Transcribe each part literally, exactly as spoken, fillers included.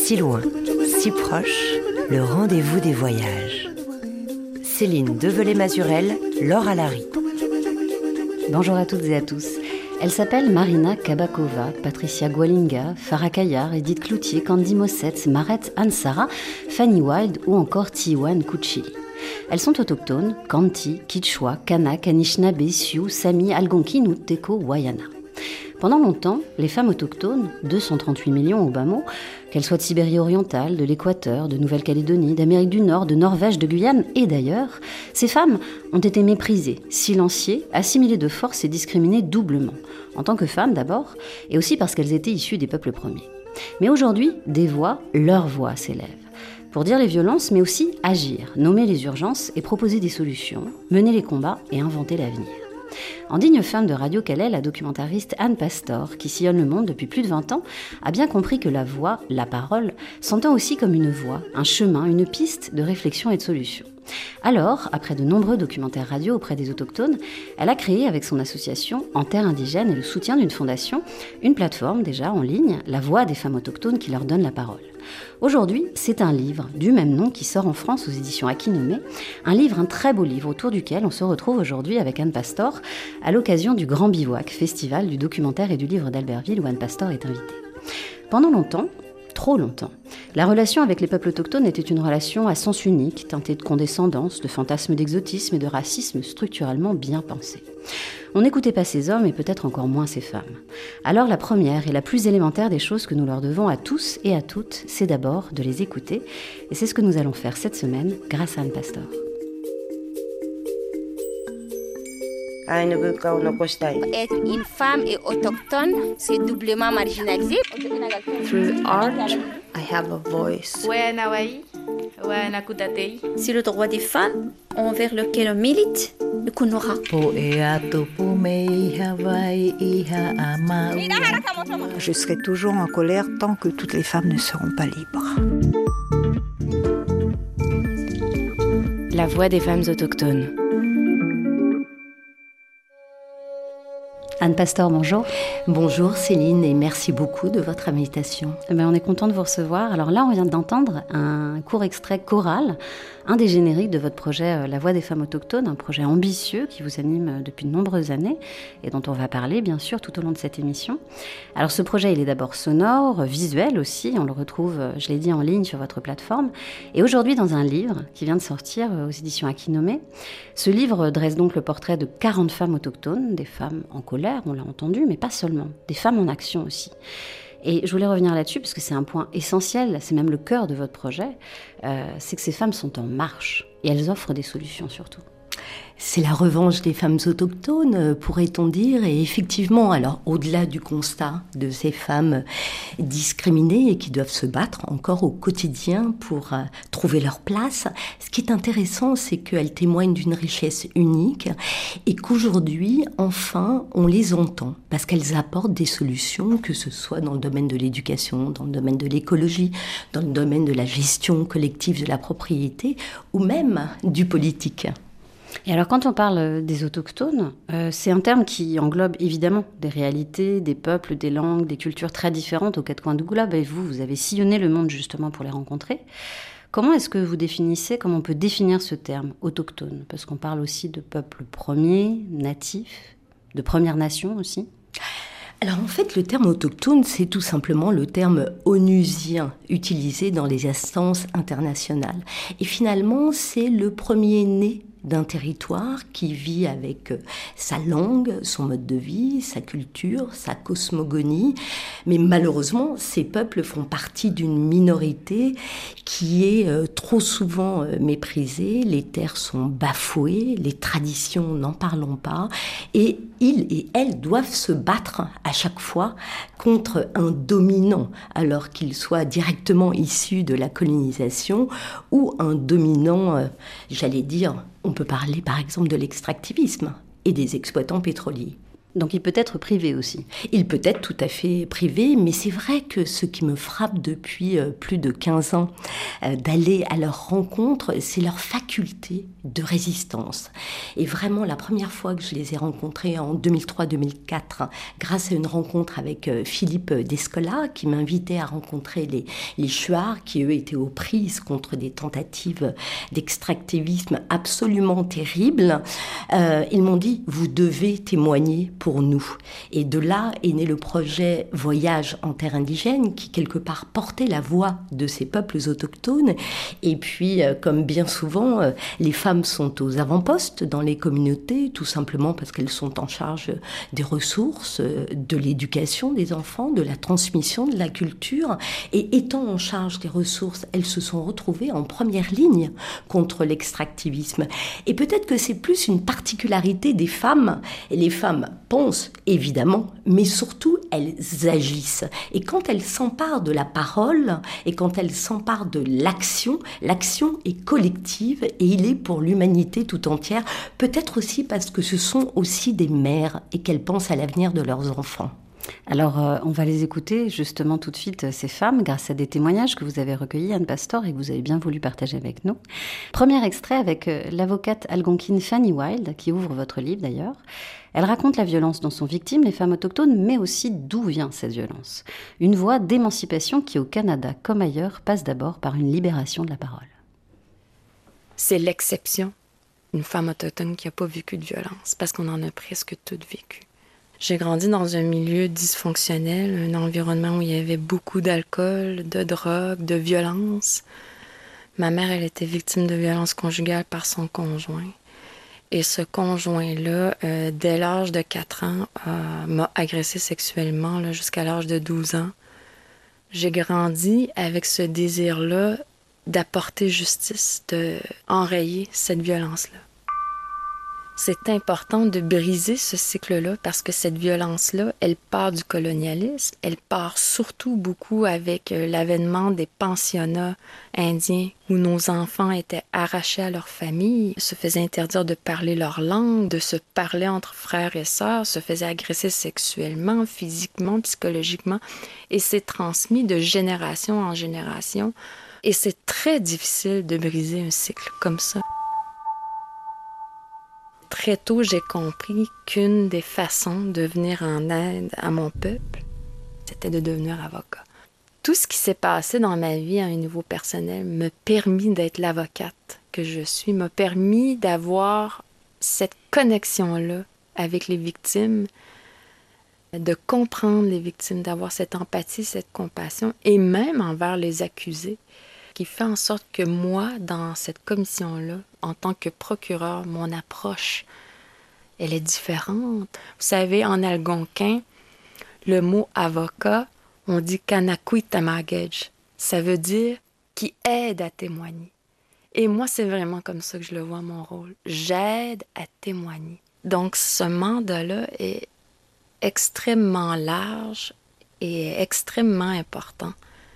Si loin, si proche, le rendez-vous des voyages. Céline Develay-Mazurel, Laure Alary. Bonjour à toutes et à tous. Elles s'appellent Marina Kabakova, Patricia Gwalinga, Farah Kayar, Edith Cloutier, Candy Mossets, Maret Ansara, Fanny Wild ou encore Tiwan Kuchili. Elles sont autochtones, Khanty, Kichwa, Kanak, Anishinaabe, Sioux, Sami, Algonquin, Teko, Wayana. Pendant longtemps, les femmes autochtones, deux cent trente-huit millions au bas mot, qu'elles soient de Sibérie orientale, de l'Équateur, de Nouvelle-Calédonie, d'Amérique du Nord, de Norvège, de Guyane et d'ailleurs, ces femmes ont été méprisées, silenciées, assimilées de force et discriminées doublement, en tant que femmes d'abord, et aussi parce qu'elles étaient issues des peuples premiers. Mais aujourd'hui, des voix, leurs voix s'élèvent. Pour dire les violences, mais aussi agir, nommer les urgences et proposer des solutions, mener les combats et inventer l'avenir. En digne femme de radio qu'elle est, la documentariste Anne Pastor, qui sillonne le monde depuis plus de vingt ans, a bien compris que la voix, la parole, s'entend aussi comme une voie, un chemin, une piste de réflexion et de solution. Alors, après de nombreux documentaires radio auprès des autochtones, elle a créé avec son association En Terre Indigène et le soutien d'une fondation, une plateforme déjà en ligne, La Voix des femmes autochtones qui leur donne la parole. Aujourd'hui, c'est un livre du même nom qui sort en France aux éditions Aquinomé, un livre, un très beau livre autour duquel on se retrouve aujourd'hui avec Anne Pastor à l'occasion du Grand Bivouac, festival du documentaire et du livre d'Albertville où Anne Pastor est invitée. Pendant longtemps, trop longtemps, la relation avec les peuples autochtones était une relation à sens unique, teintée de condescendance, de fantasmes d'exotisme et de racisme structurellement bien pensé. On n'écoutait pas ces hommes et peut-être encore moins ces femmes. Alors la première et la plus élémentaire des choses que nous leur devons à tous et à toutes, c'est d'abord de les écouter. Et c'est ce que nous allons faire cette semaine grâce à Anne Pastor. Être une femme et autochtone, c'est doublement marginalisé. Through art, I have a voice. C'est le droit des femmes envers lequel on milite et qu'on aura. Je serai toujours en colère tant que toutes les femmes ne seront pas libres. La voix des femmes autochtones. Anne Pastor, bonjour. Bonjour Céline et merci beaucoup de votre invitation. Eh bien, on est content de vous recevoir. Alors là, on vient d'entendre un court extrait choral, un des génériques de votre projet La Voix des femmes autochtones, un projet ambitieux qui vous anime depuis de nombreuses années et dont on va parler bien sûr tout au long de cette émission. Alors ce projet, il est d'abord sonore, visuel aussi, on le retrouve, je l'ai dit, en ligne sur votre plateforme et aujourd'hui dans un livre qui vient de sortir aux éditions Aquinomé. Ce livre dresse donc le portrait de quarante femmes autochtones, des femmes en colère, on l'a entendu, mais pas seulement, des femmes en action aussi. Et je voulais revenir là-dessus parce que c'est un point essentiel, c'est même le cœur de votre projet, euh, c'est que ces femmes sont en marche et elles offrent des solutions surtout. C'est la revanche des femmes autochtones, pourrait-on dire, et effectivement, alors au-delà du constat de ces femmes discriminées et qui doivent se battre encore au quotidien pour euh, trouver leur place, ce qui est intéressant, c'est qu'elles témoignent d'une richesse unique et qu'aujourd'hui, enfin, on les entend parce qu'elles apportent des solutions, que ce soit dans le domaine de l'éducation, dans le domaine de l'écologie, dans le domaine de la gestion collective de la propriété ou même du politique. Et alors quand on parle des autochtones, euh, c'est un terme qui englobe évidemment des réalités, des peuples, des langues, des cultures très différentes aux quatre coins du globe. Et vous, vous avez sillonné le monde justement pour les rencontrer. Comment est-ce que vous définissez, comment on peut définir ce terme autochtone ? Parce qu'on parle aussi de peuples premiers, natifs, de Premières Nations aussi. Alors en fait, le terme autochtone, c'est tout simplement le terme onusien utilisé dans les instances internationales. Et finalement, c'est le premier-né d'un territoire qui vit avec sa langue, son mode de vie, sa culture, sa cosmogonie. Mais malheureusement, ces peuples font partie d'une minorité qui est euh, trop souvent euh, méprisée. Les terres sont bafouées, les traditions, n'en parlons pas. Et ils et elles doivent se battre à chaque fois contre un dominant, alors qu'il soit directement issu de la colonisation ou un dominant, euh, j'allais dire, on peut parler par exemple de l'extractivisme et des exploitants pétroliers. Donc il peut être privé aussi. Il peut être tout à fait privé, mais c'est vrai que ce qui me frappe depuis euh, plus de quinze ans euh, d'aller à leur rencontre, c'est leur faculté de résistance. Et vraiment, la première fois que je les ai rencontrés en deux mille trois deux mille quatre, grâce à une rencontre avec euh, Philippe Descola, qui m'invitait à rencontrer les, les Shuar, qui eux étaient aux prises contre des tentatives d'extractivisme absolument terribles, euh, ils m'ont dit « vous devez témoigner pour nous ». Et de là est né le projet Voyage en terre indigène, qui quelque part portait la voix de ces peuples autochtones. Et puis, euh, comme bien souvent, euh, les femmes sont aux avant-postes dans les communautés, tout simplement parce qu'elles sont en charge des ressources, euh, de l'éducation des enfants, de la transmission de la culture. Et étant en charge des ressources, elles se sont retrouvées en première ligne contre l'extractivisme. Et peut-être que c'est plus une particularité des femmes. Et les femmes pensent, évidemment, mais surtout, elles agissent. Et quand elles s'emparent de la parole, et quand elles s'emparent de l'action, l'action est collective et il est pour l'humanité tout entière. Peut-être aussi parce que ce sont aussi des mères et qu'elles pensent à l'avenir de leurs enfants. Alors, euh, on va les écouter justement tout de suite, ces femmes, grâce à des témoignages que vous avez recueillis, Anne Pastor, et que vous avez bien voulu partager avec nous. Premier extrait avec euh, l'avocate algonquine Fanny Wilde, qui ouvre votre livre d'ailleurs. Elle raconte la violence dont sont victimes les femmes autochtones, mais aussi d'où vient cette violence. Une voie d'émancipation qui, au Canada comme ailleurs, passe d'abord par une libération de la parole. C'est l'exception, une femme autochtone qui n'a pas vécu de violence, parce qu'on en a presque toutes vécu. J'ai grandi dans un milieu dysfonctionnel, un environnement où il y avait beaucoup d'alcool, de drogue, de violence. Ma mère, elle était victime de violences conjugales par son conjoint. Et ce conjoint-là, euh, dès l'âge de quatre ans, euh, m'a agressée sexuellement là, jusqu'à l'âge de douze ans. J'ai grandi avec ce désir-là d'apporter justice, d'enrayer cette violence-là. C'est important de briser ce cycle-là parce que cette violence-là, elle part du colonialisme, elle part surtout beaucoup avec l'avènement des pensionnats indiens où nos enfants étaient arrachés à leur famille, se faisaient interdire de parler leur langue, de se parler entre frères et sœurs, se faisaient agresser sexuellement, physiquement, psychologiquement, et c'est transmis de génération en génération. Et c'est très difficile de briser un cycle comme ça. Très tôt, j'ai compris qu'une des façons de venir en aide à mon peuple, c'était de devenir avocat. Tout ce qui s'est passé dans ma vie à un niveau personnel m'a permis d'être l'avocate que je suis, m'a permis d'avoir cette connexion-là avec les victimes, de comprendre les victimes, d'avoir cette empathie, cette compassion, et même envers les accusés, qui fait en sorte que moi, dans cette commission-là, en tant que procureur, mon approche, elle est différente. Vous savez, en algonquin, le mot avocat, on dit « kanakui tamagej ». Ça veut dire « qui aide à témoigner ». Et moi, c'est vraiment comme ça que je le vois, mon rôle. J'aide à témoigner. Donc, ce mandat-là est extrêmement large et extrêmement important.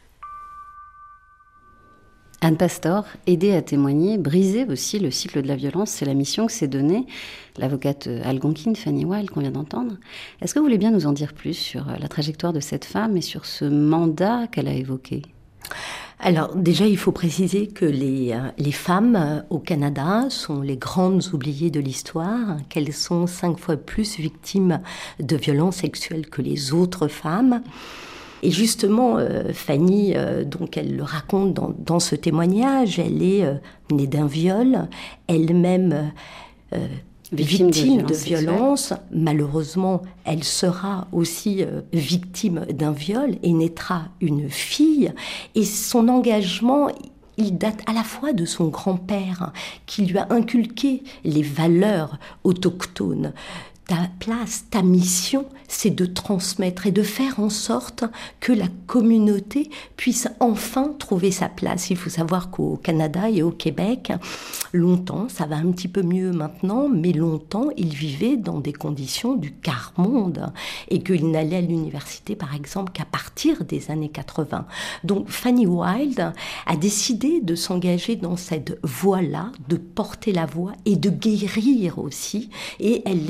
Anne Pastor, aider à témoigner, briser aussi le cycle de la violence, c'est la mission que s'est donnée l'avocate algonquine Fanny Wilde qu'on vient d'entendre. Est-ce que vous voulez bien nous en dire plus sur la trajectoire de cette femme et sur ce mandat qu'elle a évoqué ? Alors déjà, il faut préciser que les, les femmes au Canada sont les grandes oubliées de l'histoire, qu'elles sont cinq fois plus victimes de violences sexuelles que les autres femmes. Et justement, euh, Fanny, euh, donc elle le raconte dans, dans ce témoignage, elle est euh, née d'un viol, elle-même euh, victime, victime de, de violence. Malheureusement, elle sera aussi euh, victime d'un viol et naîtra une fille. Et son engagement, il date à la fois de son grand-père, qui lui a inculqué les valeurs autochtones. Ta place, ta mission, c'est de transmettre et de faire en sorte que la communauté puisse enfin trouver sa place. Il faut savoir qu'au Canada et au Québec, longtemps, ça va un petit peu mieux maintenant, mais longtemps, ils vivaient dans des conditions du quart-monde et qu'ils n'allaient à l'université, par exemple, qu'à partir des années quatre-vingts. Donc, Fanny Wilde a décidé de s'engager dans cette voie-là, de porter la voix et de guérir aussi. Et elle est la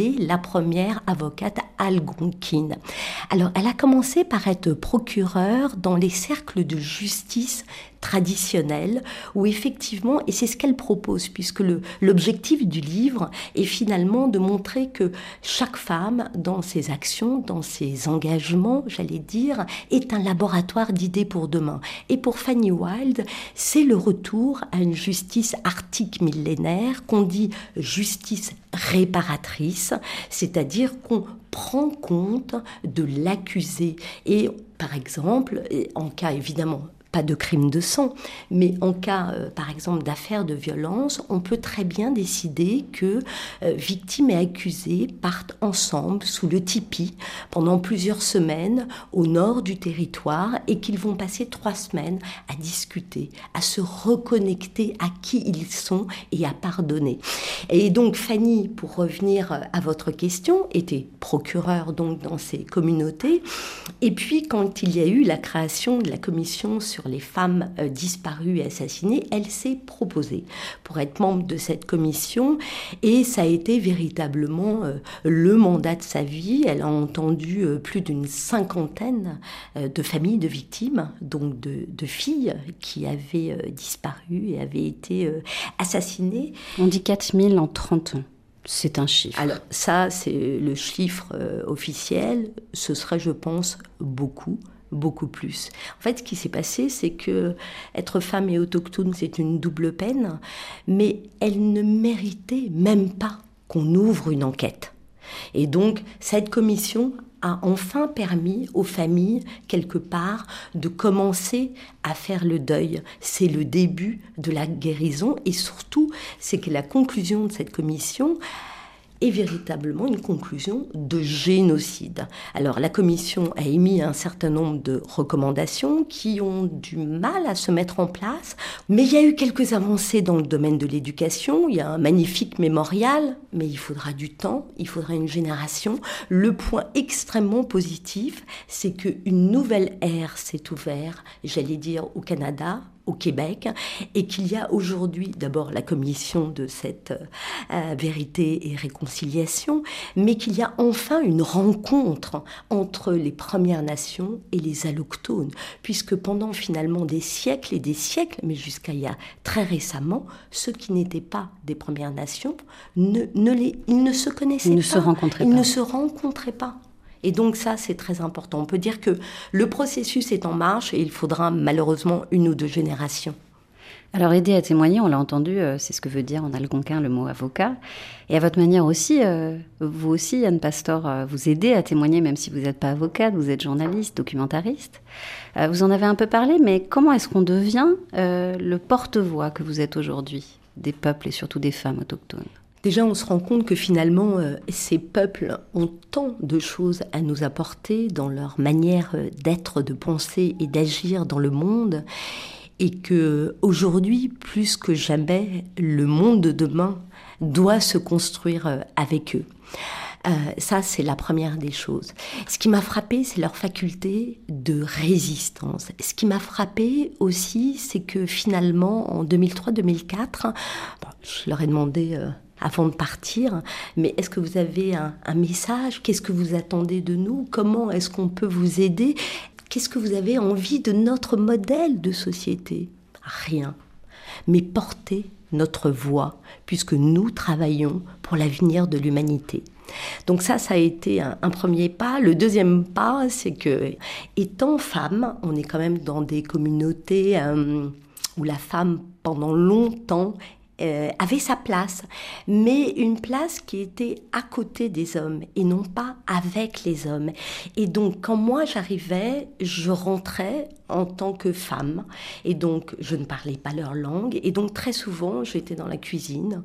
première avocate algonquine. Alors, elle a commencé par être procureure dans les cercles de justice traditionnelle, où effectivement, et c'est ce qu'elle propose, puisque le, l'objectif du livre est finalement de montrer que chaque femme, dans ses actions, dans ses engagements, j'allais dire, est un laboratoire d'idées pour demain. Et pour Fanny Wilde, c'est le retour à une justice arctique millénaire, qu'on dit justice réparatrice, c'est-à-dire qu'on prend compte de l'accusé. Et par exemple, en cas évidemment pas de crime de sang, mais en cas, euh, par exemple, d'affaires de violence, on peut très bien décider que euh, victime et accusé partent ensemble sous le tipi pendant plusieurs semaines au nord du territoire et qu'ils vont passer trois semaines à discuter, à se reconnecter à qui ils sont et à pardonner. Et donc Fanny, pour revenir à votre question, était procureure donc dans ces communautés. Et puis quand il y a eu la création de la commission sur les femmes euh, disparues et assassinées, elle s'est proposée pour être membre de cette commission et ça a été véritablement euh, le mandat de sa vie. Elle a entendu euh, plus d'une cinquantaine euh, de familles de victimes, donc de, de filles qui avaient euh, disparu et avaient été euh, assassinées. On dit quatre mille en trente ans. C'est un chiffre. Alors ça, c'est le chiffre euh, officiel. Ce serait, je pense, beaucoup. Beaucoup plus. En fait, ce qui s'est passé, c'est que être femme et autochtone, c'est une double peine, mais elle ne méritait même pas qu'on ouvre une enquête. Et donc, cette commission a enfin permis aux familles, quelque part, de commencer à faire le deuil. C'est le début de la guérison et surtout, c'est que la conclusion de cette commission est véritablement une conclusion de génocide. Alors la commission a émis un certain nombre de recommandations qui ont du mal à se mettre en place, mais il y a eu quelques avancées dans le domaine de l'éducation. Il y a un magnifique mémorial, mais il faudra du temps, il faudra une génération. Le point extrêmement positif, c'est qu'une nouvelle ère s'est ouverte, j'allais dire au Canada, au Québec, et qu'il y a aujourd'hui d'abord la commission de cette euh, vérité et réconciliation, mais qu'il y a enfin une rencontre entre les Premières Nations et les allochtones, puisque pendant finalement des siècles et des siècles, mais jusqu'à il y a très récemment, ceux qui n'étaient pas des Premières Nations, ne, ne les, ils ne se connaissaient ils ne pas. Se rencontraient ils pas. ne se rencontraient pas. Et donc ça, c'est très important. On peut dire que le processus est en marche et il faudra malheureusement une ou deux générations. Alors aider à témoigner, on l'a entendu, euh, c'est ce que veut dire en algonquin le mot avocat. Et à votre manière aussi, euh, vous aussi, Anne Pastor, euh, vous aidez à témoigner même si vous n'êtes pas avocate, vous êtes journaliste, documentariste. Euh, vous en avez un peu parlé, mais comment est-ce qu'on devient euh, le porte-voix que vous êtes aujourd'hui des peuples et surtout des femmes autochtones ? Déjà, on se rend compte que finalement, euh, ces peuples ont tant de choses à nous apporter dans leur manière d'être, de penser et d'agir dans le monde, et que aujourd'hui, plus que jamais, le monde de demain doit se construire avec eux. Euh, ça, c'est la première des choses. Ce qui m'a frappée, c'est leur faculté de résistance. Ce qui m'a frappée aussi, c'est que finalement, en deux mille trois deux mille quatre, bon, je leur ai demandé... Euh, avant de partir, mais est-ce que vous avez un, un message ? Qu'est-ce que vous attendez de nous ? Comment est-ce qu'on peut vous aider ? Qu'est-ce que vous avez envie de notre modèle de société ? Rien. Mais porter notre voix, puisque nous travaillons pour l'avenir de l'humanité. Donc ça, ça a été un, un premier pas. Le deuxième pas, c'est que, étant femme, on est quand même dans des communautés euh, où la femme, pendant longtemps, Euh, avait sa place, mais une place qui était à côté des hommes et non pas avec les hommes. Et donc, quand moi j'arrivais, je rentrais en tant que femme, et donc je ne parlais pas leur langue, et donc très souvent j'étais dans la cuisine,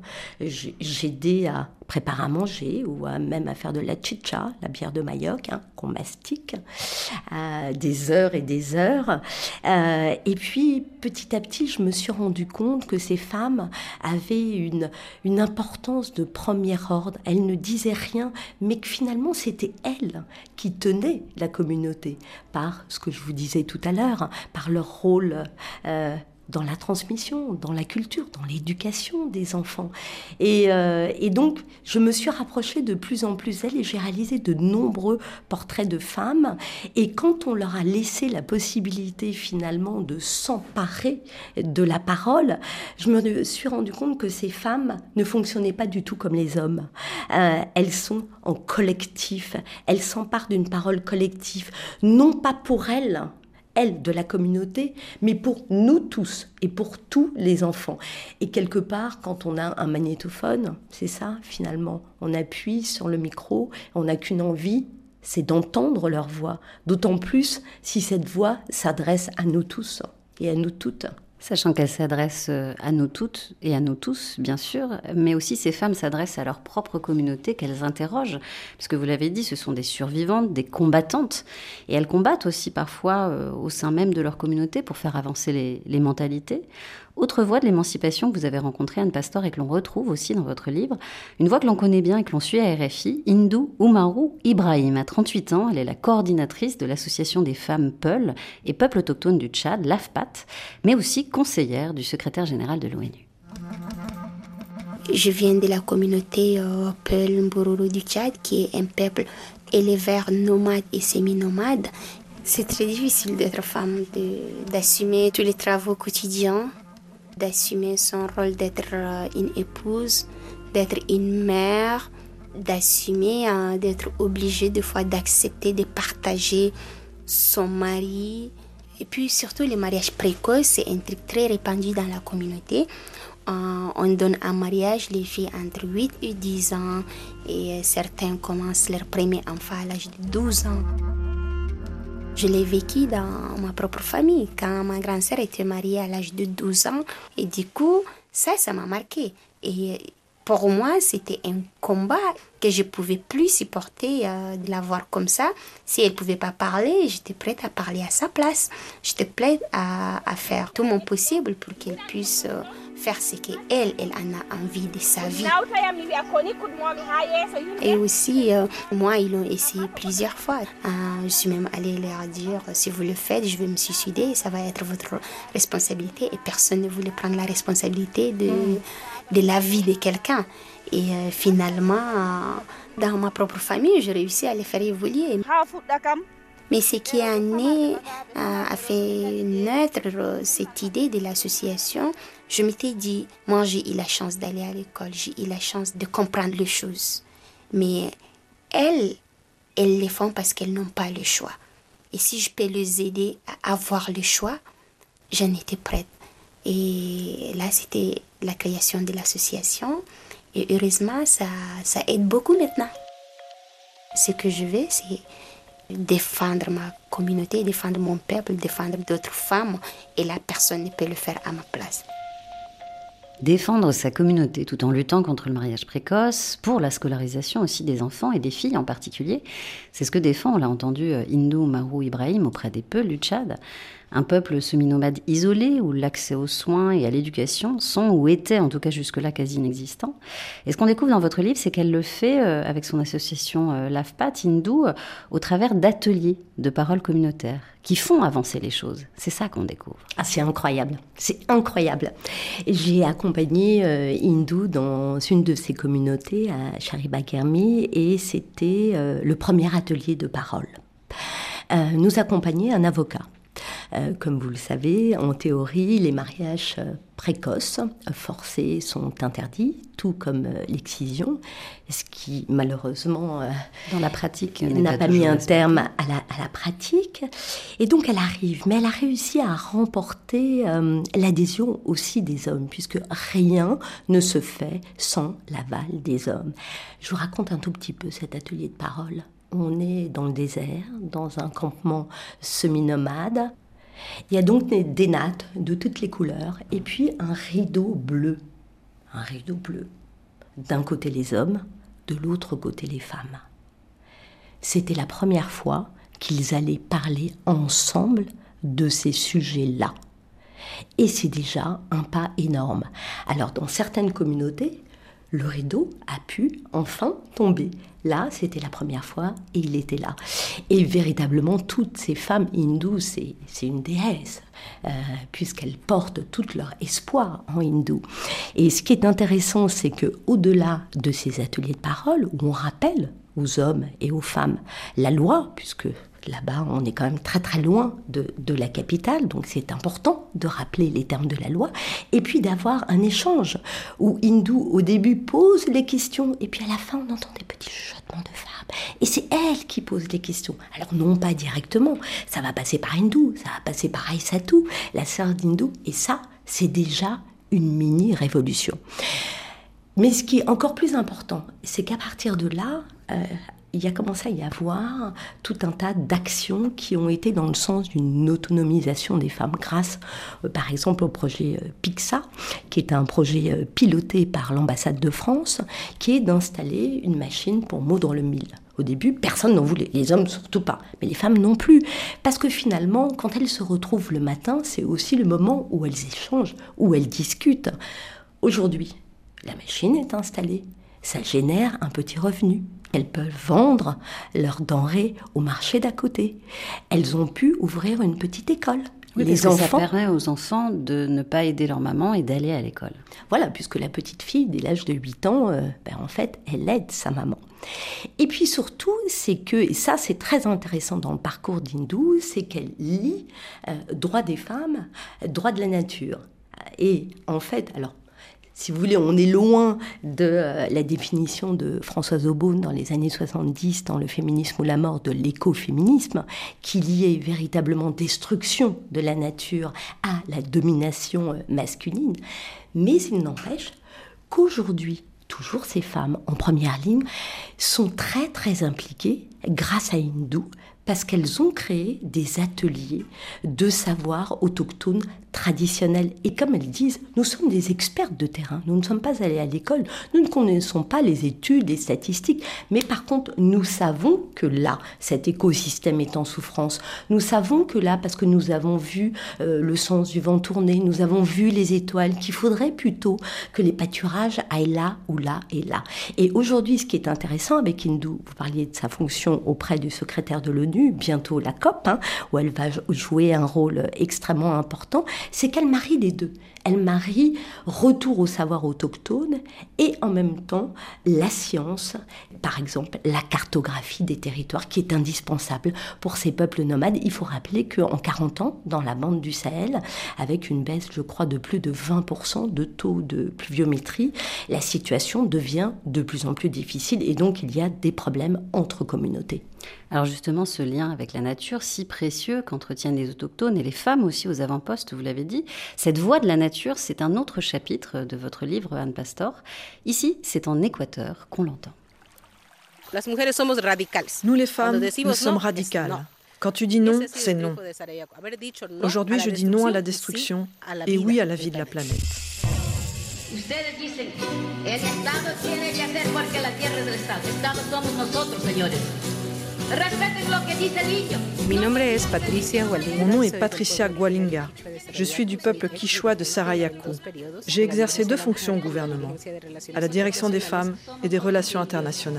j'aidais à préparer à manger ou à même à faire de la chicha, la bière de Mayoc, hein, qu'on mastique, euh, des heures et des heures. Euh, et puis petit à petit, je me suis rendu compte que ces femmes avaient une, une importance de premier ordre. Elles ne disaient rien, mais que finalement c'était elles qui tenaient la communauté par ce que je vous disais tout à l'heure, par leur rôle euh, dans la transmission, dans la culture, dans l'éducation des enfants. Et, euh, et donc, je me suis rapprochée de plus en plus d'elles et j'ai réalisé de nombreux portraits de femmes. Et quand on leur a laissé la possibilité finalement de s'emparer de la parole, je me suis rendu compte que ces femmes ne fonctionnaient pas du tout comme les hommes. Euh, elles sont en collectif, elles s'emparent d'une parole collective, non pas pour elles, elle, de la communauté, mais pour nous tous et pour tous les enfants. Et quelque part, quand on a un magnétophone, c'est ça, finalement, on appuie sur le micro, on n'a qu'une envie, c'est d'entendre leur voix. D'autant plus si cette voix s'adresse à nous tous et à nous toutes. Sachant qu'elle s'adresse à nous toutes et à nous tous, bien sûr, mais aussi ces femmes s'adressent à leur propre communauté qu'elles interrogent. Parce que vous l'avez dit, ce sont des survivantes, des combattantes. Et elles combattent aussi parfois euh, au sein même de leur communauté pour faire avancer les, les mentalités. Autre voix de l'émancipation que vous avez rencontrée, Anne Pastor, et que l'on retrouve aussi dans votre livre, une voix que l'on connaît bien et que l'on suit à R F I, Hindou Oumarou Ibrahim. À trente-huit ans, elle est la coordinatrice de l'association des femmes Peul et peuples autochtones du Tchad, l'A F P A T, mais aussi conseillère du secrétaire général de l'ONU. Je viens de la communauté euh, Peul Mbororo du Tchad, qui est un peuple éleveur nomade et semi-nomade. C'est très difficile d'être femme, de, d'assumer tous les travaux quotidiens, d'assumer son rôle d'être une épouse, d'être une mère, d'assumer euh, d'être obligée des fois d'accepter de partager son mari. Et puis surtout les mariages précoces, c'est un truc très répandu dans la communauté. Euh, on donne un mariage les filles entre huit et dix ans et certains commencent leur premier enfant à l'âge de douze ans. Je l'ai vécu dans ma propre famille, quand ma grande-sœur était mariée à l'âge de douze ans. Et du coup, ça, ça m'a marqué. Et pour moi, c'était un combat que je ne pouvais plus supporter euh, de la voir comme ça. Si elle ne pouvait pas parler, j'étais prête à parler à sa place. J'étais prête à, à faire tout mon possible pour qu'elle puisse euh, faire ce qu'elle, elle en a envie de sa vie. Et aussi, euh, moi, ils l'ont essayé plusieurs fois. Euh, je suis même allée leur dire, si vous le faites, je vais me suicider, ça va être votre responsabilité. Et personne ne voulait prendre la responsabilité de, de la vie de quelqu'un. Et euh, finalement, euh, dans ma propre famille, j'ai réussi à les faire évoluer. Mais ce qui a né, euh, a fait naître euh, cette idée de l'association, je m'étais dit, moi j'ai eu la chance d'aller à l'école, j'ai eu la chance de comprendre les choses. Mais elles, elles les font parce qu'elles n'ont pas le choix. Et si je peux les aider à avoir le choix, j'en étais prête. Et là, c'était la création de l'association. Et heureusement, ça, ça aide beaucoup maintenant. Ce que je veux, c'est défendre ma communauté, défendre mon peuple, défendre d'autres femmes. Et là, personne ne peut le faire à ma place. Défendre sa communauté tout en luttant contre le mariage précoce, pour la scolarisation aussi des enfants et des filles en particulier. C'est ce que défend, on l'a entendu, Hindou Oumarou Ibrahim auprès des Peuls du Tchad. Un peuple semi-nomade isolé où l'accès aux soins et à l'éducation sont ou étaient en tout cas jusque-là quasi inexistants. Et ce qu'on découvre dans votre livre, c'est qu'elle le fait euh, avec son association euh, l'A F P A T, Hindou, euh, au travers d'ateliers de paroles communautaires qui font avancer les choses. C'est ça qu'on découvre. Ah, c'est incroyable, c'est incroyable. J'ai accompagné euh, Hindou dans une de ses communautés à Chariba-Kermi et c'était euh, le premier atelier de parole. Euh, nous accompagnait un avocat. Euh, comme vous le savez, en théorie, les mariages euh, précoces, euh, forcés, sont interdits, tout comme euh, l'excision, ce qui, malheureusement, euh, dans la pratique, n'a pas, pas mis un terme à la, à la pratique. Et donc, elle arrive, mais elle a réussi à remporter euh, l'adhésion aussi des hommes, puisque rien ne se fait sans l'aval des hommes. Je vous raconte un tout petit peu cet atelier de parole. On est dans le désert, dans un campement semi-nomade. Il y a donc des nattes de toutes les couleurs et puis un rideau bleu. Un rideau bleu. D'un côté les hommes, de l'autre côté les femmes. C'était la première fois qu'ils allaient parler ensemble de ces sujets-là. Et c'est déjà un pas énorme. Alors dans certaines communautés, le rideau a pu enfin tomber. Là, c'était la première fois et il était là. Et véritablement, toutes ces femmes hindoues, c'est, c'est une déesse, euh, puisqu'elles portent tout leur espoir en hindou. Et ce qui est intéressant, c'est qu'au-delà de ces ateliers de parole, où on rappelle aux hommes et aux femmes la loi, puisque là-bas, on est quand même très très loin de, de la capitale, donc c'est important de rappeler les termes de la loi, et puis d'avoir un échange où Hindou, au début, pose les questions, et puis à la fin, on entend des petits chuchotements de femmes, et c'est elle qui pose les questions. Alors non pas directement, ça va passer par Hindou, ça va passer par Aïssatou, la sœur d'Hindou, et ça, c'est déjà une mini-révolution. Mais ce qui est encore plus important, c'est qu'à partir de là, euh, il y a commencé à y avoir tout un tas d'actions qui ont été dans le sens d'une autonomisation des femmes grâce, euh, par exemple, au projet euh, Pixa, qui est un projet euh, piloté par l'ambassade de France, qui est d'installer une machine pour moudre le mil. Au début, personne n'en voulait, les hommes surtout pas, mais les femmes non plus. Parce que finalement, quand elles se retrouvent le matin, c'est aussi le moment où elles échangent, où elles discutent. Aujourd'hui, la machine est installée, ça génère un petit revenu. Elles peuvent vendre leurs denrées au marché d'à côté. Elles ont pu ouvrir une petite école. Oui, les parce enfants, que ça permet aux enfants de ne pas aider leur maman et d'aller à l'école. Voilà, puisque la petite fille, dès l'âge de huit ans, euh, ben en fait, elle aide sa maman. Et puis surtout, c'est que, et ça c'est très intéressant dans le parcours d'Hindou, c'est qu'elle lie euh, droit des femmes, droit de la nature. Et en fait, alors, si vous voulez, on est loin de euh, la définition de Françoise Aubonne dans les années soixante-dix, dans Le féminisme ou la mort, de l'écoféminisme, qui liait véritablement destruction de la nature à la domination euh, masculine. Mais il n'empêche qu'aujourd'hui, toujours ces femmes en première ligne sont très très impliquées grâce à Hindou, parce qu'elles ont créé des ateliers de savoir autochtones traditionnels. Et comme elles disent, nous sommes des expertes de terrain, nous ne sommes pas allés à l'école, nous ne connaissons pas les études, les statistiques, mais par contre, nous savons que là, cet écosystème est en souffrance. Nous savons que là, parce que nous avons vu euh, le sens du vent tourner, nous avons vu les étoiles, qu'il faudrait plutôt que les pâturages aillent là ou là et là. Et aujourd'hui, ce qui est intéressant avec Hindou, vous parliez de sa fonction auprès du secrétaire de l'ONU, bientôt la COP, hein, où elle va jouer un rôle extrêmement important, c'est qu'elle marie les deux. Elle marie retour au savoir autochtone et en même temps la science, par exemple la cartographie des territoires qui est indispensable pour ces peuples nomades. Il faut rappeler qu'en quarante ans, dans la bande du Sahel, avec une baisse, je crois, de plus de vingt pour cent de taux de pluviométrie, la situation devient de plus en plus difficile et donc il y a des problèmes entre communautés. Alors justement, ce lien avec la nature si précieux qu'entretiennent les autochtones et les femmes aussi aux avant-postes, vous l'avez dit, cette voix de la nature, c'est un autre chapitre de votre livre, Anne Pastor. Ici, c'est en Équateur qu'on l'entend. Nous les femmes, nous sommes radicales. Quand tu dis non, c'est non. Aujourd'hui, je dis non à la destruction et oui à la vie de la planète. Mon nom est Patricia Gualinga. Je suis du peuple quichua de Sarayaku. J'ai exercé deux fonctions au gouvernement, à la direction des femmes et des relations internationales.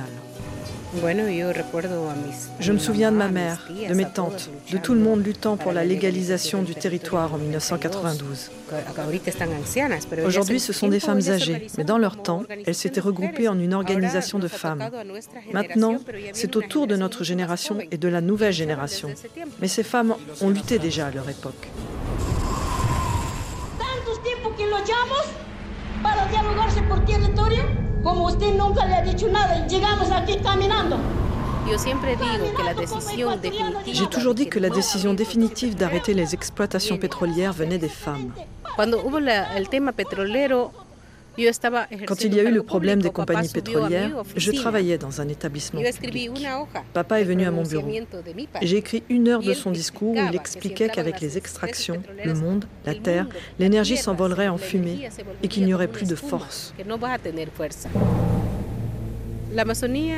Je me souviens de ma mère, de mes tantes, de tout le monde luttant pour la légalisation du territoire en dix-neuf cent quatre-vingt-douze. Aujourd'hui, ce sont des femmes âgées, mais dans leur temps, elles s'étaient regroupées en une organisation de femmes. Maintenant, c'est au tour de notre génération et de la nouvelle génération. Mais ces femmes ont lutté déjà à leur époque. J'ai toujours dit que la décision définitive d'arrêter les exploitations pétrolières venait des femmes. Quand il y a eu le problème des compagnies pétrolières, je travaillais dans un établissement public. Papa est venu à mon bureau. J'ai écrit une heure de son discours où il expliquait qu'avec les extractions, le monde, la terre, l'énergie s'envolerait en fumée et qu'il n'y aurait plus de force. L'Amazonie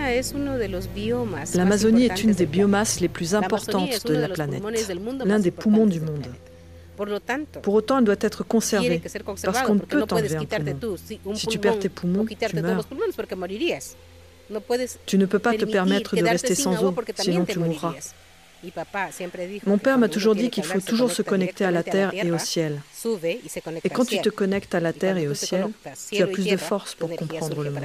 est une des biomasses les plus importantes de la planète, l'un des poumons du monde. Pour autant, elle doit être conservée, parce qu'on ne peut t'enlever un poumon. Si tu perds tes poumons, tu meurs. Tu ne peux pas te permettre de rester sans eau, sinon tu mourras. Mon père m'a toujours dit qu'il faut toujours se connecter à la terre et au ciel. Et quand tu te connectes à la terre et au ciel, tu as plus de force pour comprendre le monde.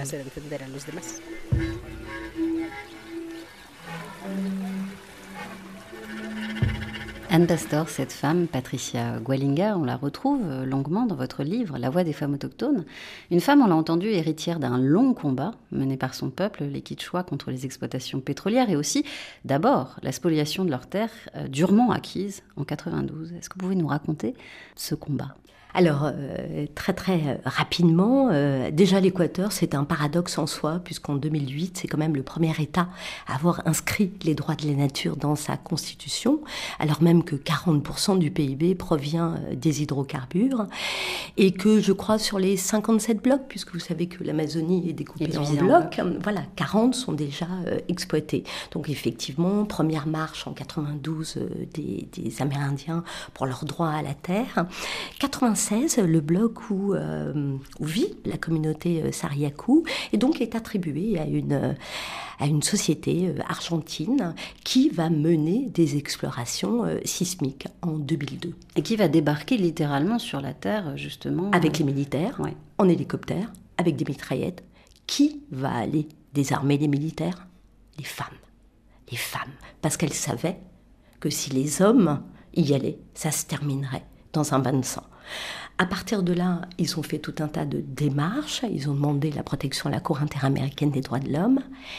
Anne Pastor, cette femme, Patricia Gwalinga, on la retrouve longuement dans votre livre, La voix des femmes autochtones. Une femme, on l'a entendu, héritière d'un long combat mené par son peuple, les Quichua, contre les exploitations pétrolières et aussi, d'abord, la spoliation de leurs terres euh, durement acquises en quatre-vingt-douze. Est-ce que vous pouvez nous raconter ce combat ? Alors, euh, très très rapidement, euh, déjà l'Équateur, c'est un paradoxe en soi, puisqu'en deux mille huit, c'est quand même le premier État à avoir inscrit les droits de la nature dans sa constitution, alors même que quarante pour cent du P I B provient des hydrocarbures, et que je crois sur les cinquante-sept blocs, puisque vous savez que l'Amazonie est découpée en blocs, voilà, quarante sont déjà euh, exploités. Donc effectivement, première marche en quatre-vingt-douze euh, des, des Amérindiens pour leurs droits à la terre. quatre-vingt-seize, le bloc où, euh, où vit la communauté euh, Sariakou, et donc est attribué à une, euh, à une société euh, argentine qui va mener des explorations euh, sismiques en deux mille deux. Et qui va débarquer littéralement sur la terre, justement. Avec les militaires, ouais. En hélicoptère, avec des mitraillettes. Qui va aller désarmer les militaires ? Les femmes. Les femmes. Parce qu'elles savaient que si les hommes y allaient, ça se terminerait dans un bain de sang. À partir de là, ils ont fait tout un tas de démarches, ils ont demandé la protection à la Cour interaméricaine des droits de l'homme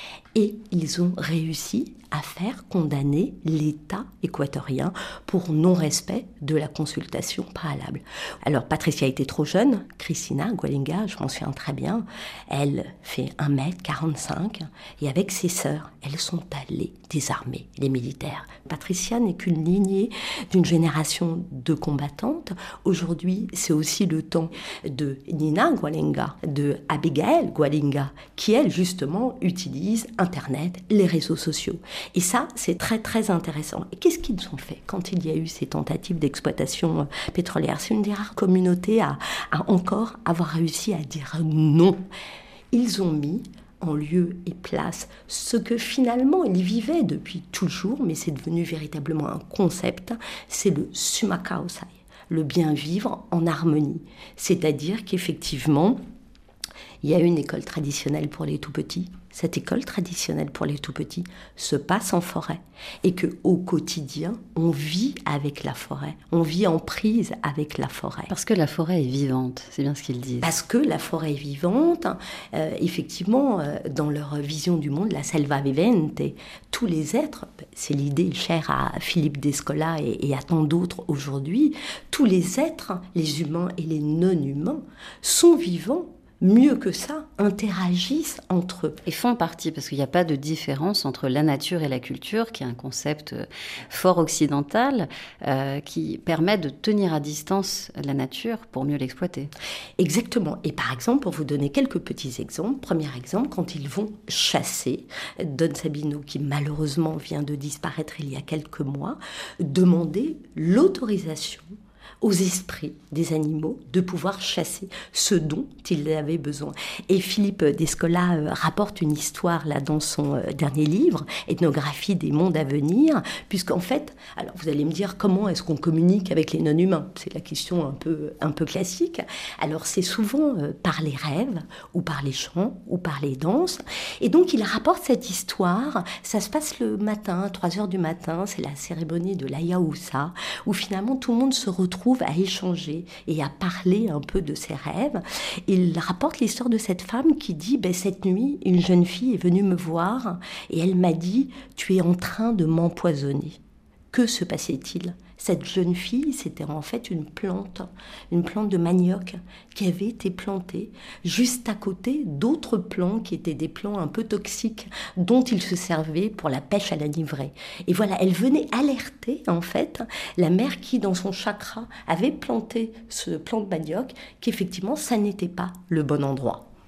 et ils ont réussi à faire condamner l'État équatorien pour non-respect de la consultation préalable. Alors Patricia était trop jeune, Christina Gwalinga, je m'en souviens très bien, elle fait un mètre quarante-cinq et avec ses sœurs, elles sont allées désarmer les militaires. Patricia n'est qu'une lignée d'une génération de combattantes. Aujourd'hui, c'est aussi le temps de Nina Gwalinga, de Abigail Gwalinga, qui elle justement utilise Internet, les réseaux sociaux. Et ça, c'est très très intéressant. Et qu'est-ce qu'ils ont fait quand il y a eu ces tentatives d'exploitation pétrolière ? C'est une des rares communautés à, à encore avoir réussi à dire non. Ils ont mis en lieu et place ce que finalement ils vivaient depuis toujours, mais c'est devenu véritablement un concept, c'est le sumakaosai, le bien vivre en harmonie. C'est-à-dire qu'effectivement, il y a une école traditionnelle pour les tout-petits. Cette école traditionnelle pour les tout-petits se passe en forêt et qu'au quotidien, on vit avec la forêt, on vit en prise avec la forêt. Parce que la forêt est vivante, c'est bien ce qu'ils disent. Parce que la forêt est vivante, euh, effectivement, euh, dans leur vision du monde, la selva vivente, tous les êtres, c'est l'idée chère à Philippe Descola et, et à tant d'autres aujourd'hui, tous les êtres, les humains et les non-humains, sont vivants. Mieux que ça, interagissent entre eux. Et font partie, parce qu'il n'y a pas de différence entre la nature et la culture, qui est un concept fort occidental, euh, qui permet de tenir à distance la nature pour mieux l'exploiter. Exactement. Et par exemple, pour vous donner quelques petits exemples, premier exemple, quand ils vont chasser, Don Sabino, qui malheureusement vient de disparaître il y a quelques mois, demander l'autorisation aux esprits des animaux de pouvoir chasser ce dont ils avaient besoin. Et Philippe Descola euh, rapporte une histoire là dans son euh, dernier livre, Ethnographie des mondes à venir, puisqu'en fait, alors vous allez me dire comment est-ce qu'on communique avec les non-humains ? C'est la question un peu, un peu classique. Alors c'est souvent euh, par les rêves, ou par les chants, ou par les danses. Et donc il rapporte cette histoire, ça se passe le matin, trois heures du matin, c'est la cérémonie de l'Ayahuasca, où finalement tout le monde se retrouve à échanger et à parler un peu de ses rêves. Il rapporte l'histoire de cette femme qui dit ben, « Cette nuit, une jeune fille est venue me voir et elle m'a dit « Tu es en train de m'empoisonner ». Que se passait-il ? Cette jeune fille, c'était en fait une plante, une plante de manioc qui avait été plantée juste à côté d'autres plants qui étaient des plants un peu toxiques dont il se servait pour la pêche à la livrée. Et voilà, elle venait alerter en fait la mère qui, dans son chakra, avait planté ce plant de manioc, qu'effectivement, ça n'était pas le bon endroit.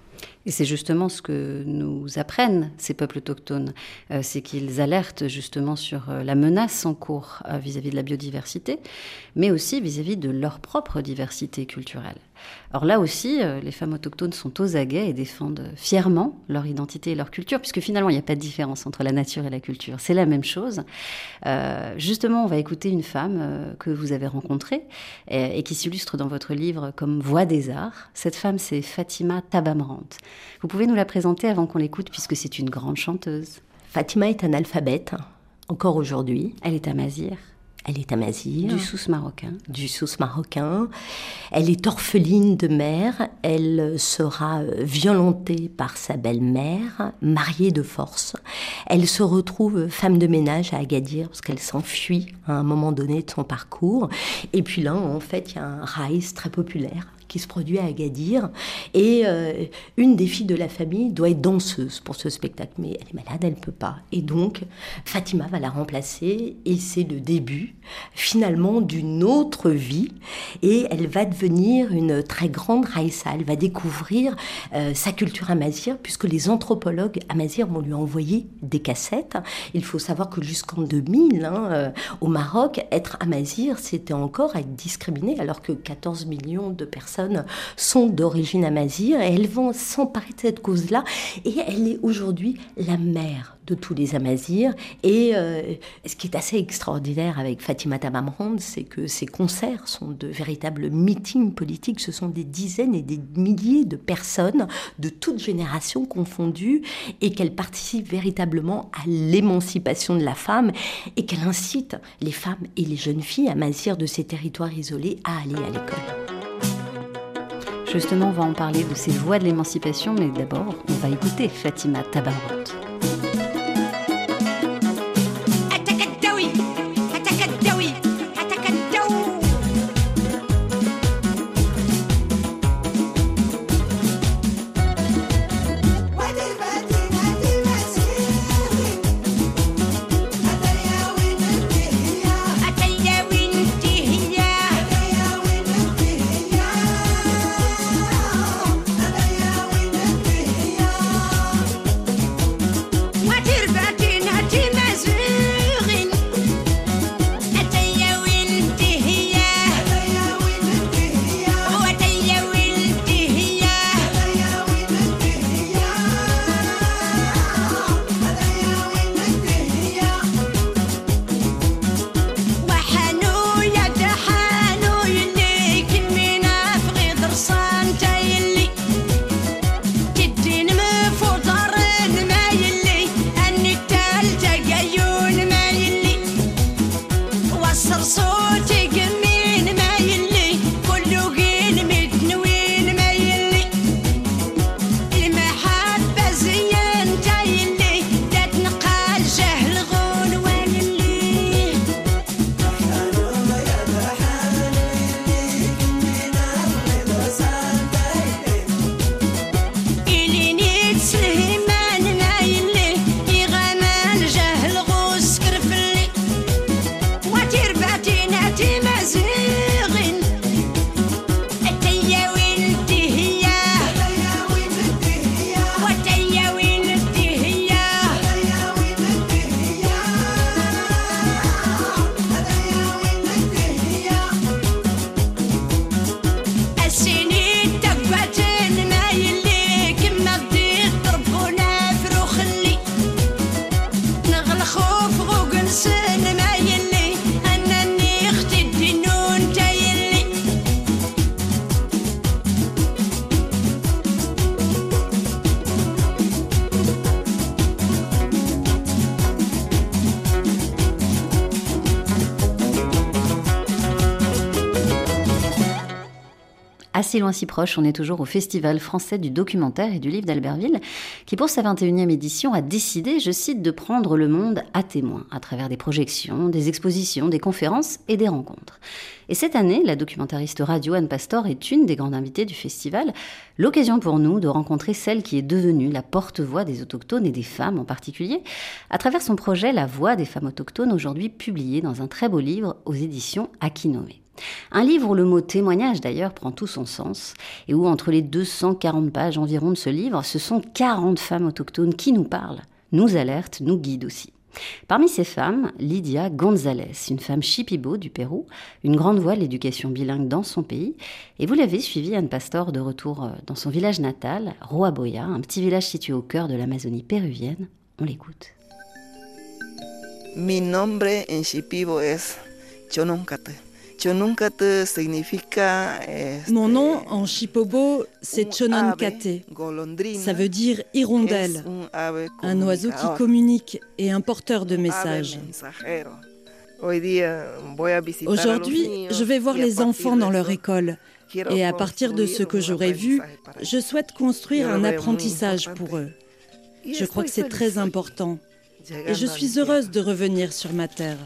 Et c'est justement ce que nous apprennent ces peuples autochtones, euh, c'est qu'ils alertent justement sur euh, la menace en cours euh, vis-à-vis de la biodiversité, mais aussi vis-à-vis de leur propre diversité culturelle. Alors là aussi, euh, les femmes autochtones sont aux aguets et défendent fièrement leur identité et leur culture, puisque finalement, il n'y a pas de différence entre la nature et la culture. C'est la même chose. Euh, justement, on va écouter une femme euh, que vous avez rencontrée et, et qui s'illustre dans votre livre comme voix des arts. Cette femme, c'est Fatima Tabamrant. Vous pouvez nous la présenter avant qu'on l'écoute, puisque c'est une grande chanteuse. Fatima est analphabète, encore aujourd'hui. Elle est amazighe. Elle est amazighe. Du Souss marocain. Du Souss marocain. Elle est orpheline de mère. Elle sera violentée par sa belle-mère, mariée de force. Elle se retrouve femme de ménage à Agadir parce qu'elle s'enfuit à un moment donné de son parcours. Et puis là, en fait, il y a un raïs très populaire qui se produit à Agadir. Et euh, une des filles de la famille doit être danseuse pour ce spectacle. Mais elle est malade, elle ne peut pas. Et donc, Fatima va la remplacer. Et c'est le début, finalement, d'une autre vie. Et elle va devenir une très grande raïssa. Elle va découvrir euh, sa culture amazighe, puisque les anthropologues amazighes vont lui envoyer des cassettes. Il faut savoir que jusqu'en deux mille, hein, euh, au Maroc, être amazigh, c'était encore être discriminé, alors que quatorze millions de personnes sont d'origine amazigh, et elles vont s'emparer de cette cause-là, et elle est aujourd'hui la mère de tous les amazighs. Et euh, ce qui est assez extraordinaire avec Fatima Tabamrant, c'est que ces concerts sont de véritables meetings politiques. Ce sont des dizaines et des milliers de personnes de toutes générations confondues, et qu'elle participe véritablement à l'émancipation de la femme, et qu'elle incite les femmes et les jeunes filles amazighes de ces territoires isolés à aller à l'école. Justement, on va en parler de ces voies de l'émancipation, mais d'abord, on va écouter Fatima Tabamrant. À si loin, si proche, on est toujours au Festival français du documentaire et du livre d'Albertville, qui pour sa vingt et unième édition a décidé, je cite, de prendre le monde à témoin, à travers des projections, des expositions, des conférences et des rencontres. Et cette année, la documentariste radio Anne Pastor est une des grandes invitées du festival, l'occasion pour nous de rencontrer celle qui est devenue la porte-voix des autochtones et des femmes en particulier, à travers son projet La Voix des femmes autochtones, aujourd'hui publié dans un très beau livre aux éditions Akinome. Un livre où le mot témoignage d'ailleurs prend tout son sens et où entre les deux cent quarante pages environ de ce livre, ce sont quarante femmes autochtones qui nous parlent, nous alertent, nous guident aussi. Parmi ces femmes, Lidia González, une femme shipibo du Pérou, une grande voix de l'éducation bilingue dans son pays. Et vous l'avez suivi, Anne Pastor, de retour dans son village natal, Roaboya, un petit village situé au cœur de l'Amazonie péruvienne. On l'écoute. Mi nombre en shipibo es Chononcate. Chononcate significa... Mon nom en shipibo, c'est Chononcate. Ça veut dire hirondelle, un oiseau qui communique et un porteur de messages. Aujourd'hui, je vais voir les enfants dans leur école. Et à partir de ce que j'aurai vu, je souhaite construire un apprentissage pour eux. Je crois que c'est très important. Et je suis heureuse de revenir sur ma terre.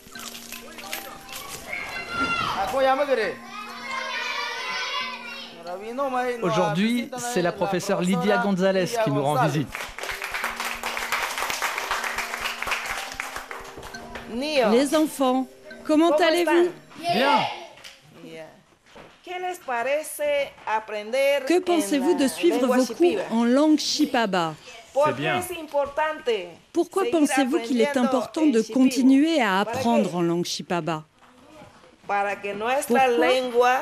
Aujourd'hui, c'est la professeure Lidia González qui nous rend visite. Les enfants, comment allez-vous? Bien. Que pensez-vous de suivre vos cours en langue shipaba? C'est bien. Pourquoi pensez-vous qu'il est important de continuer à apprendre en langue shipaba? Pourquoi?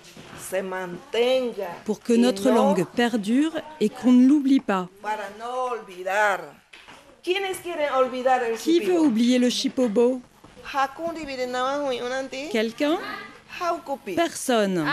Pour que notre langue perdure et qu'on ne l'oublie pas. Qui veut oublier le shipibo? Quelqu'un? Personne.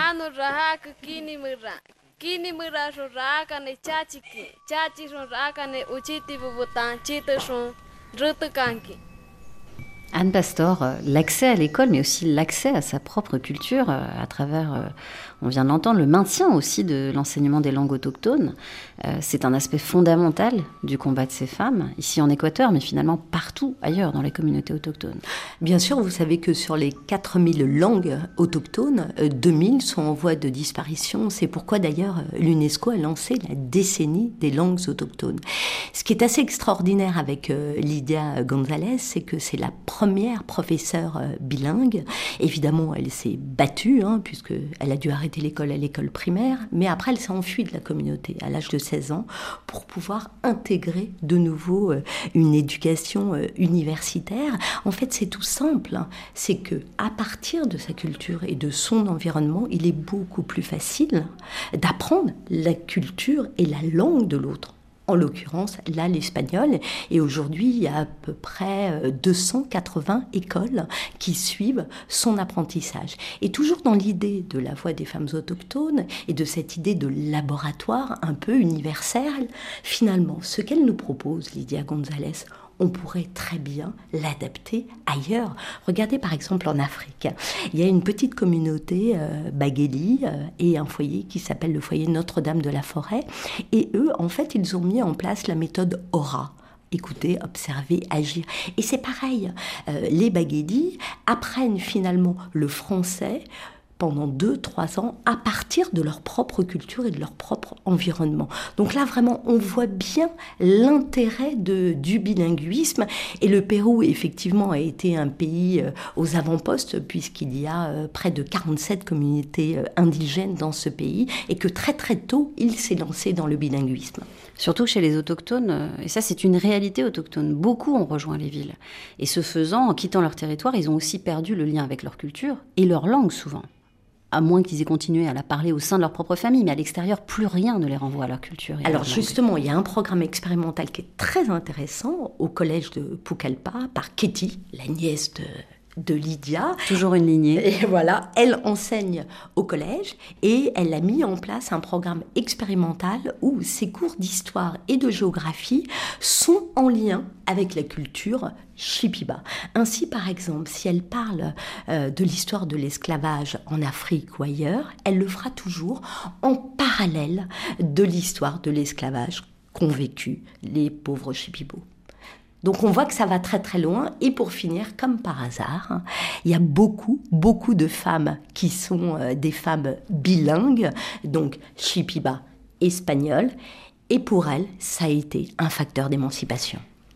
Anne Pastor, l'accès à l'école, mais aussi l'accès à sa propre culture, à travers, on vient de l'entendre, le maintien aussi de l'enseignement des langues autochtones, c'est un aspect fondamental du combat de ces femmes, ici en Équateur, mais finalement partout ailleurs dans les communautés autochtones. Bien sûr, vous savez que sur les quatre mille langues autochtones, deux mille sont en voie de disparition. C'est pourquoi d'ailleurs l'UNESCO a lancé la décennie des langues autochtones. Ce qui est assez extraordinaire avec Lidia González, c'est que c'est la première professeure bilingue. Évidemment, elle s'est battue, hein, puisqu'elle a dû arrêter l'école à l'école primaire, mais après, elle s'est enfuie de la communauté à l'âge de seize ans pour pouvoir intégrer de nouveau une éducation universitaire. En fait, c'est tout simple, hein. C'est que à partir de sa culture et de son environnement, il est beaucoup plus facile d'apprendre la culture et la langue de l'autre. En l'occurrence, là, l'espagnol. Et aujourd'hui, il y a à peu près deux cent quatre-vingts écoles qui suivent son apprentissage. Et toujours dans l'idée de la voix des femmes autochtones et de cette idée de laboratoire un peu universel, finalement, ce qu'elle nous propose, Lidia González, on pourrait très bien l'adapter ailleurs. Regardez par exemple en Afrique. Il y a une petite communauté euh, Bagueli euh, et un foyer qui s'appelle le foyer Notre-Dame de la Forêt. Et eux, en fait, ils ont mis en place la méthode Aura. Écouter, observer, agir. Et c'est pareil. Euh, les Bagueli apprennent finalement le français pendant deux, trois ans, à partir de leur propre culture et de leur propre environnement. Donc là, vraiment, on voit bien l'intérêt de, du bilinguisme. Et le Pérou, effectivement, a été un pays euh, aux avant-postes, puisqu'il y a euh, près de quarante-sept communautés euh, indigènes dans ce pays, et que très, très tôt, il s'est lancé dans le bilinguisme. Surtout chez les autochtones, et ça c'est une réalité autochtone, beaucoup ont rejoint les villes. Et ce faisant, en quittant leur territoire, ils ont aussi perdu le lien avec leur culture et leur langue souvent. À moins qu'ils aient continué à la parler au sein de leur propre famille, mais à l'extérieur, plus rien ne les renvoie à leur culture. Alors justement, il y a un programme expérimental qui est très intéressant au collège de Pucallpa par Ketty, la nièce de... de Lidia. Toujours une lignée. Et voilà, elle enseigne au collège et elle a mis en place un programme expérimental où ses cours d'histoire et de géographie sont en lien avec la culture shipiba. Ainsi, par exemple, si elle parle euh, de l'histoire de l'esclavage en Afrique ou ailleurs, elle le fera toujours en parallèle de l'histoire de l'esclavage qu'ont vécu les pauvres shipibos. Donc on voit que ça va très très loin. Et pour finir, comme par hasard, hein, il y a beaucoup, beaucoup de femmes qui sont euh, des femmes bilingues, donc shipiba espagnol. Et pour elles, ça a été un facteur d'émancipation.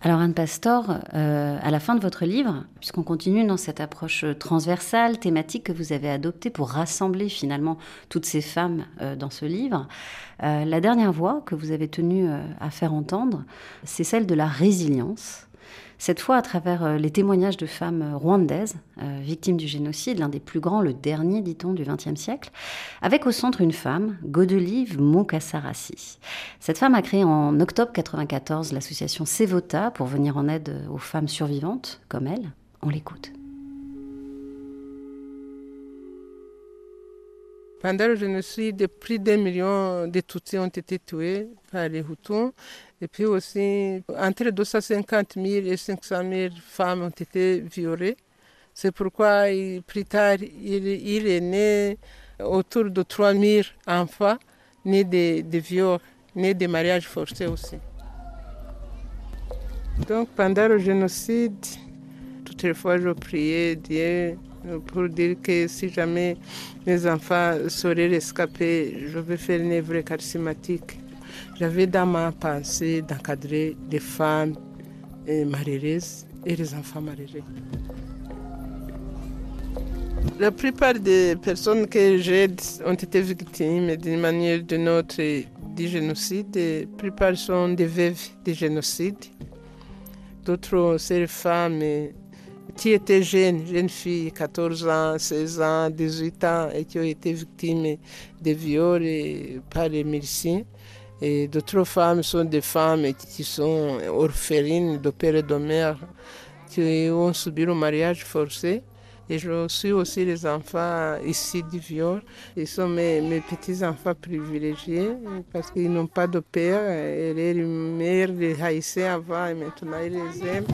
Alors Anne Pastor, euh, à la fin de votre livre, puisqu'on continue dans cette approche transversale, thématique que vous avez adoptée pour rassembler finalement toutes ces femmes euh, dans ce livre, euh, la dernière voix que vous avez tenu euh, à faire entendre, c'est celle de la résilience. Cette fois à travers euh, les témoignages de femmes rwandaises, euh, victimes du génocide, l'un des plus grands, le dernier, dit-on, du vingtième siècle, avec au centre une femme, Godelive Monkasarasi. Cette femme a créé en octobre quatre-vingt-quatorze l'association Sevota pour venir en aide aux femmes survivantes, comme elle. On l'écoute. Pendant le génocide, plus d'un million de Tutsis ont été tués par les Hutus. Et puis aussi, entre deux cent cinquante mille et cinq cent mille femmes ont été violées. C'est pourquoi, il, plus tard, il, il est né autour de trois mille enfants nés de, de viols, nés de mariages forcés aussi. Donc, pendant le génocide, toutes les fois, je priais Dieu pour dire que si jamais mes enfants sauraient rescapés, je vais faire une œuvre charismatique. J'avais dans ma pensée d'encadrer les femmes malheureuses et les enfants malheureux. La plupart des personnes que j'aide ont été victimes d'une manière ou d'une autre du génocide. La plupart sont des veuves du génocide. D'autres, c'est les femmes qui étaient jeunes, jeunes filles, quatorze ans, seize ans, dix-huit ans, et qui ont été victimes de viols par les miliciens. Et d'autres femmes sont des femmes qui sont orphelines de père et de mère, qui ont subi le mariage forcé. Et je suis aussi les enfants ici du viol. Ils sont mes, mes petits-enfants privilégiés parce qu'ils n'ont pas de père. Et les mères les haïssaient avant et maintenant ils les aiment.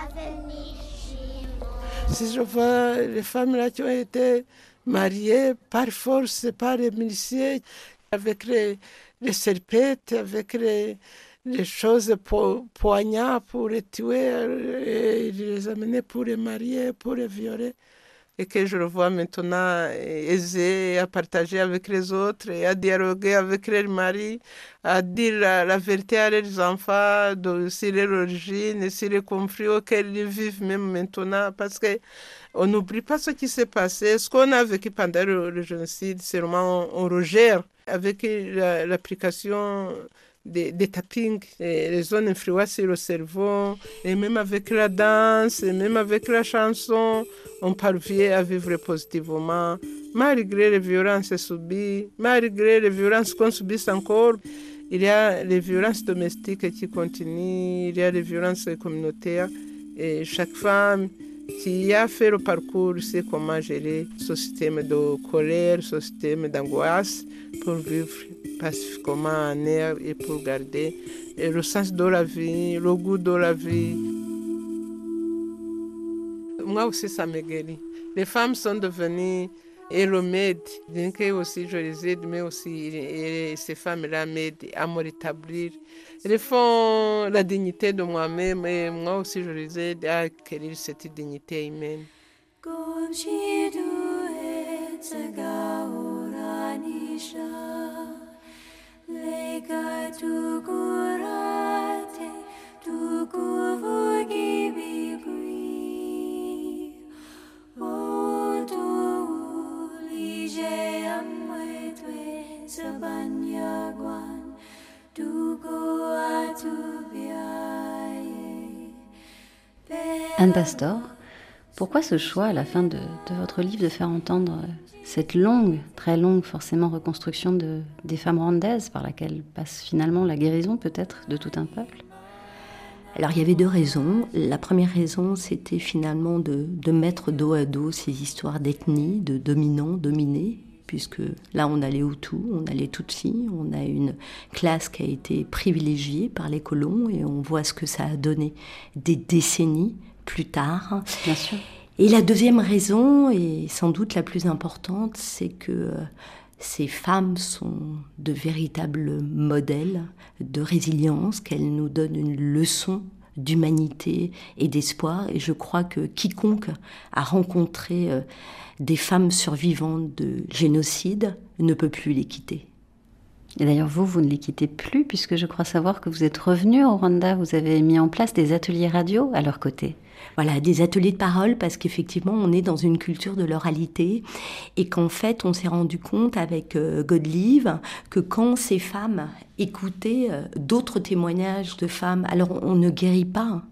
Si je vois les femmes là qui ont été mariées par force, par les miliciens, avec les, les serpettes, avec les, les choses po, poignards pour les tuer, et les amener pour les marier, pour les violer. Et que je le vois maintenant aisé à partager avec les autres et à dialoguer avec leurs maris, à dire la, la vérité à leurs enfants de, sur leur origine et sur les conflits auxquels ils vivent même maintenant. Parce qu'on n'oublie pas ce qui s'est passé. Ce qu'on a vécu pendant le, le génocide, c'est vraiment on regère avec la, l'application des, des tappings, les zones influentes sur le cerveau, et même avec la danse, et même avec la chanson, on parvient à vivre positivement, malgré les violences subies, malgré les violences qu'on subit encore. Il y a les violences domestiques qui continuent, il y a les violences communautaires, et chaque femme qui a fait le parcours sait comment gérer ce système de colère, ce système d'angoisse pour vivre pacifiquement en air et pour garder le sens de la vie, le goût de la vie. Moi aussi, ça me guérit. Les femmes sont devenues et le m'aide, bien que aussi je les aide, mais aussi et ces femmes-là m'aident à me rétablir. Elles font la dignité de moi-même et moi aussi je les aide à acquérir cette dignité humaine. Anne Pastor, pourquoi ce choix à la fin de, de votre livre de faire entendre cette longue, très longue forcément reconstruction de, des femmes rwandaises par laquelle passe finalement la guérison peut-être de tout un peuple ? Alors il y avait deux raisons. La première raison, c'était finalement de, de mettre dos à dos ces histoires d'ethnie, de dominants, dominés, puisque là on a les Hutus, on a les Tutsis, on a une classe qui a été privilégiée par les colons et on voit ce que ça a donné des décennies plus tard. Bien sûr. Et la deuxième raison, et sans doute la plus importante, c'est que ces femmes sont de véritables modèles de résilience, qu'elles nous donnent une leçon d'humanité et d'espoir. Et je crois que quiconque a rencontré des femmes survivantes de génocide ne peut plus les quitter. Et d'ailleurs, vous, vous ne les quittez plus, puisque je crois savoir que vous êtes revenu au Rwanda, vous avez mis en place des ateliers radio à leur côté. Voilà, des ateliers de parole, parce qu'effectivement, on est dans une culture de l'oralité, et qu'en fait, on s'est rendu compte avec euh, Godelive que quand ces femmes écoutaient euh, d'autres témoignages de femmes, alors on ne guérit pas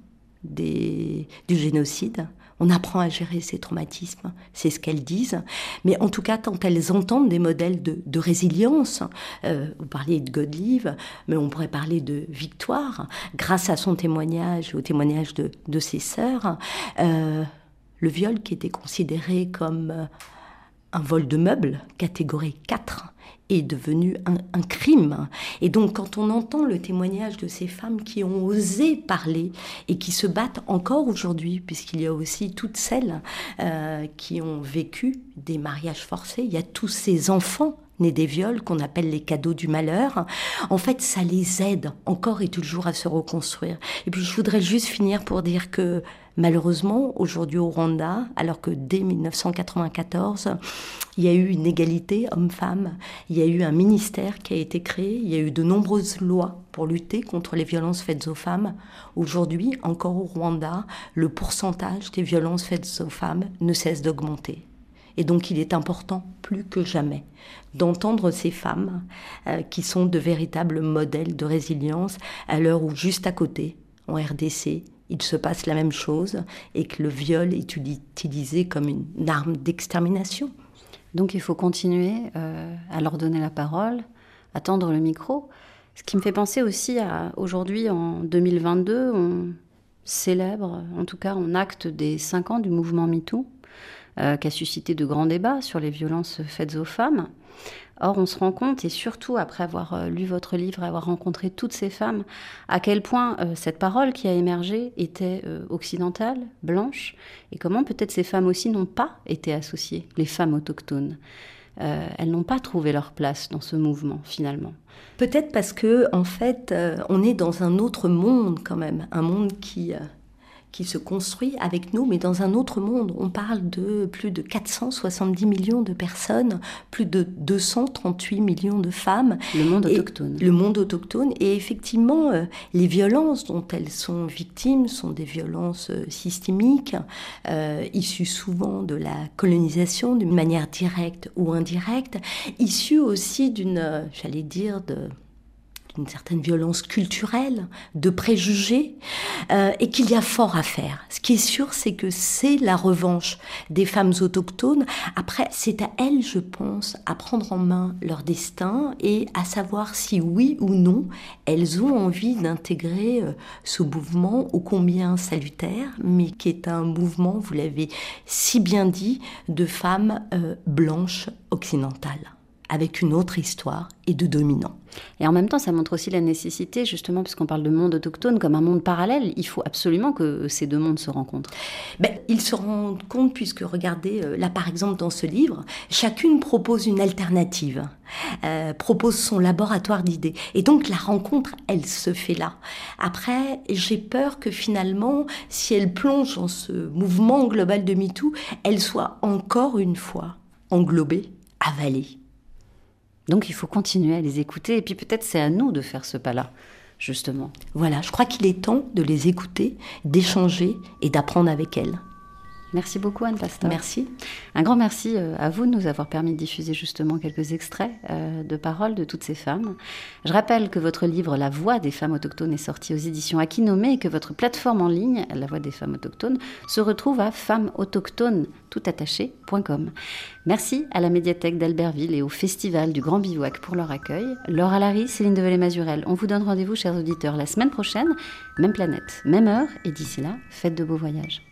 des, du génocide, on apprend à gérer ces traumatismes, c'est ce qu'elles disent. Mais en tout cas, quand elles entendent des modèles de, de résilience, euh, vous parliez de Godelive, mais on pourrait parler de Victoire, grâce à son témoignage, au témoignage de, de ses sœurs, euh, le viol qui était considéré comme euh, un vol de meubles, catégorie quatre, est devenu un, un crime. Et donc, quand on entend le témoignage de ces femmes qui ont osé parler et qui se battent encore aujourd'hui, puisqu'il y a aussi toutes celles euh, qui ont vécu des mariages forcés, il y a tous ces enfants nés des viols qu'on appelle les cadeaux du malheur, en fait, ça les aide encore et toujours à se reconstruire. Et puis, je voudrais juste finir pour dire que, malheureusement, aujourd'hui au Rwanda, alors que dès dix-neuf cent quatre-vingt-quatorze, il y a eu une égalité homme-femme, il y a eu un ministère qui a été créé, il y a eu de nombreuses lois pour lutter contre les violences faites aux femmes. Aujourd'hui, encore au Rwanda, le pourcentage des violences faites aux femmes ne cesse d'augmenter. Et donc, il est important, plus que jamais, d'entendre ces femmes euh, qui sont de véritables modèles de résilience à l'heure où, juste à côté, en R D C, il se passe la même chose et que le viol est utilisé comme une arme d'extermination. Donc, il faut continuer euh, à leur donner la parole, à tendre le micro. Ce qui me fait penser aussi à, aujourd'hui, en deux mille vingt-deux, on célèbre, en tout cas, on acte des cinq ans du mouvement MeToo, Euh, qui a suscité de grands débats sur les violences faites aux femmes. Or, on se rend compte, et surtout après avoir euh, lu votre livre et avoir rencontré toutes ces femmes, à quel point euh, cette parole qui a émergé était euh, occidentale, blanche, et comment peut-être ces femmes aussi n'ont pas été associées, les femmes autochtones. Euh, elles n'ont pas trouvé leur place dans ce mouvement, finalement. Peut-être parce que, en fait, euh, on est dans un autre monde quand même, un monde qui... Euh... qui se construit avec nous, mais dans un autre monde. On parle de plus de quatre cent soixante-dix millions de personnes, plus de deux cent trente-huit millions de femmes. Le monde autochtone. Le monde autochtone. Et effectivement, euh, les violences dont elles sont victimes sont des violences euh, systémiques, euh, issues souvent de la colonisation, d'une manière directe ou indirecte, issues aussi d'une, euh, j'allais dire, de... d'une certaine violence culturelle, de préjugés, euh, et qu'il y a fort à faire. Ce qui est sûr, c'est que c'est la revanche des femmes autochtones. Après, c'est à elles, je pense, à prendre en main leur destin et à savoir si oui ou non, elles ont envie d'intégrer euh, ce mouvement ô combien salutaire, mais qui est un mouvement, vous l'avez si bien dit, de femmes euh, blanches occidentales, avec une autre histoire et de dominants. Et en même temps, ça montre aussi la nécessité, justement, puisqu'on parle de monde autochtone comme un monde parallèle, il faut absolument que ces deux mondes se rencontrent. Ben, ils se rendent compte, puisque regardez, là par exemple dans ce livre, chacune propose une alternative, euh, propose son laboratoire d'idées. Et donc la rencontre, elle se fait là. Après, j'ai peur que finalement, si elle plonge dans ce mouvement global de MeToo, elle soit encore une fois englobée, avalée. Donc il faut continuer à les écouter, et puis peut-être c'est à nous de faire ce pas-là, justement. Voilà, je crois qu'il est temps de les écouter, d'échanger et d'apprendre avec elles. Merci beaucoup Anne Pastor. Merci. Un grand merci à vous de nous avoir permis de diffuser justement quelques extraits de paroles de toutes ces femmes. Je rappelle que votre livre La Voix des femmes autochtones est sorti aux éditions Aquinomé et que votre plateforme en ligne, La Voix des femmes autochtones, se retrouve à femmes autochtones toutattaché point com. Merci à la médiathèque d'Albertville et au Festival du Grand Bivouac pour leur accueil. Laure Alary, Céline Develay-Mazurel, on vous donne rendez-vous, chers auditeurs, la semaine prochaine, même planète, même heure, et d'ici là, faites de beaux voyages.